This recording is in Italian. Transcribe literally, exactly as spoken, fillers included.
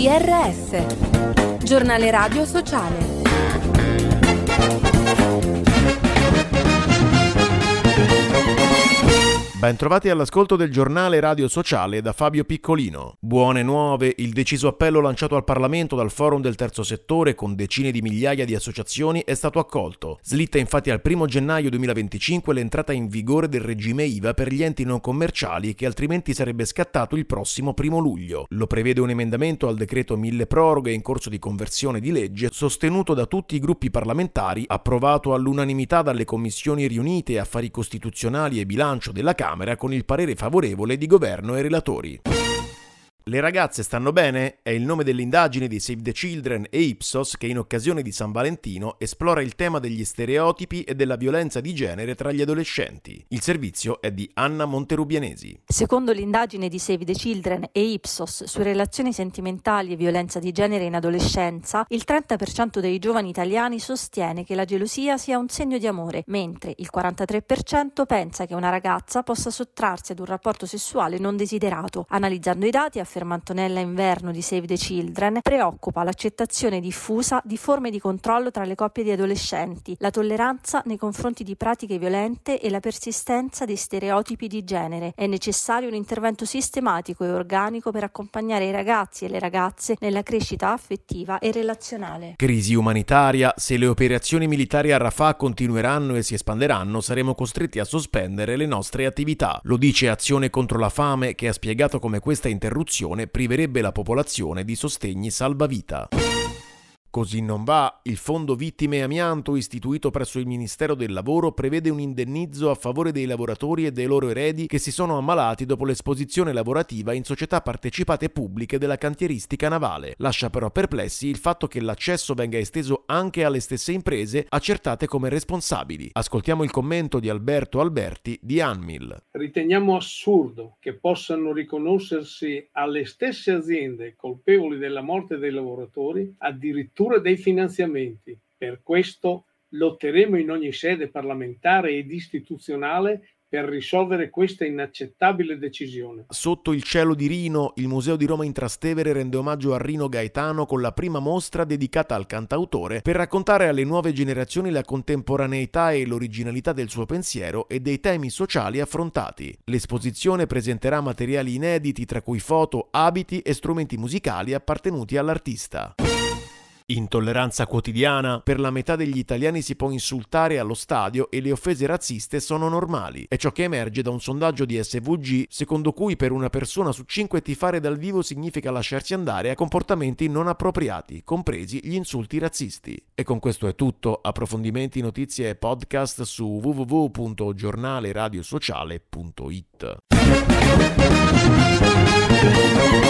R S, giornale radio sociale. Bentrovati all'ascolto del giornale radio sociale da Fabio Piccolino. Buone nuove, il deciso appello lanciato al Parlamento dal Forum del Terzo Settore con decine di migliaia di associazioni è stato accolto. Slitta infatti al primo gennaio duemilaventicinque l'entrata in vigore del regime I V A per gli enti non commerciali che altrimenti sarebbe scattato il prossimo primo luglio. Lo prevede un emendamento al decreto mille proroghe in corso di conversione di legge, sostenuto da tutti i gruppi parlamentari, approvato all'unanimità dalle commissioni riunite Affari Costituzionali e Bilancio della Camera con il parere favorevole di governo e relatori. Le ragazze stanno bene? È il nome dell'indagine di Save the Children e Ipsos che in occasione di San Valentino esplora il tema degli stereotipi e della violenza di genere tra gli adolescenti. Il servizio è di Anna Monterubianesi. Secondo l'indagine di Save the Children e Ipsos su relazioni sentimentali e violenza di genere in adolescenza, il trenta per cento dei giovani italiani sostiene che la gelosia sia un segno di amore, mentre il quarantatré per cento pensa che una ragazza possa sottrarsi ad un rapporto sessuale non desiderato. Analizzando i dati, afferma Antonella Inverno di Save the Children, preoccupa l'accettazione diffusa di forme di controllo tra le coppie di adolescenti, la tolleranza nei confronti di pratiche violente e la persistenza di stereotipi di genere. È necessario un intervento sistematico e organico per accompagnare i ragazzi e le ragazze nella crescita affettiva e relazionale. Crisi umanitaria. Se le operazioni militari a Rafah continueranno e si espanderanno, saremo costretti a sospendere le nostre attività. Lo dice Azione contro la fame, che ha spiegato come questa interruzione priverebbe la popolazione di sostegni salvavita. Così non va. Il Fondo Vittime Amianto, istituito presso il Ministero del Lavoro, prevede un indennizzo a favore dei lavoratori e dei loro eredi che si sono ammalati dopo l'esposizione lavorativa in società partecipate pubbliche della cantieristica navale. Lascia però perplessi il fatto che l'accesso venga esteso anche alle stesse imprese accertate come responsabili. Ascoltiamo il commento di Alberto Alberti di Anmil. Riteniamo assurdo che possano riconoscersi alle stesse aziende colpevoli della morte dei lavoratori addirittura dei finanziamenti. Per questo lotteremo in ogni sede parlamentare ed istituzionale per risolvere questa inaccettabile decisione. Sotto il cielo di Rino, il Museo di Roma in Trastevere rende omaggio a Rino Gaetano con la prima mostra dedicata al cantautore per raccontare alle nuove generazioni la contemporaneità e l'originalità del suo pensiero e dei temi sociali affrontati. L'esposizione presenterà materiali inediti, tra cui foto, abiti e strumenti musicali appartenuti all'artista. Intolleranza quotidiana. Per la metà degli italiani si può insultare allo stadio e le offese razziste sono normali. È ciò che emerge da un sondaggio di S V G, secondo cui per una persona su cinque tifare dal vivo significa lasciarsi andare a comportamenti non appropriati, compresi gli insulti razzisti. E con questo è tutto. Approfondimenti, notizie e podcast su w w w punto giornale radio sociale punto it.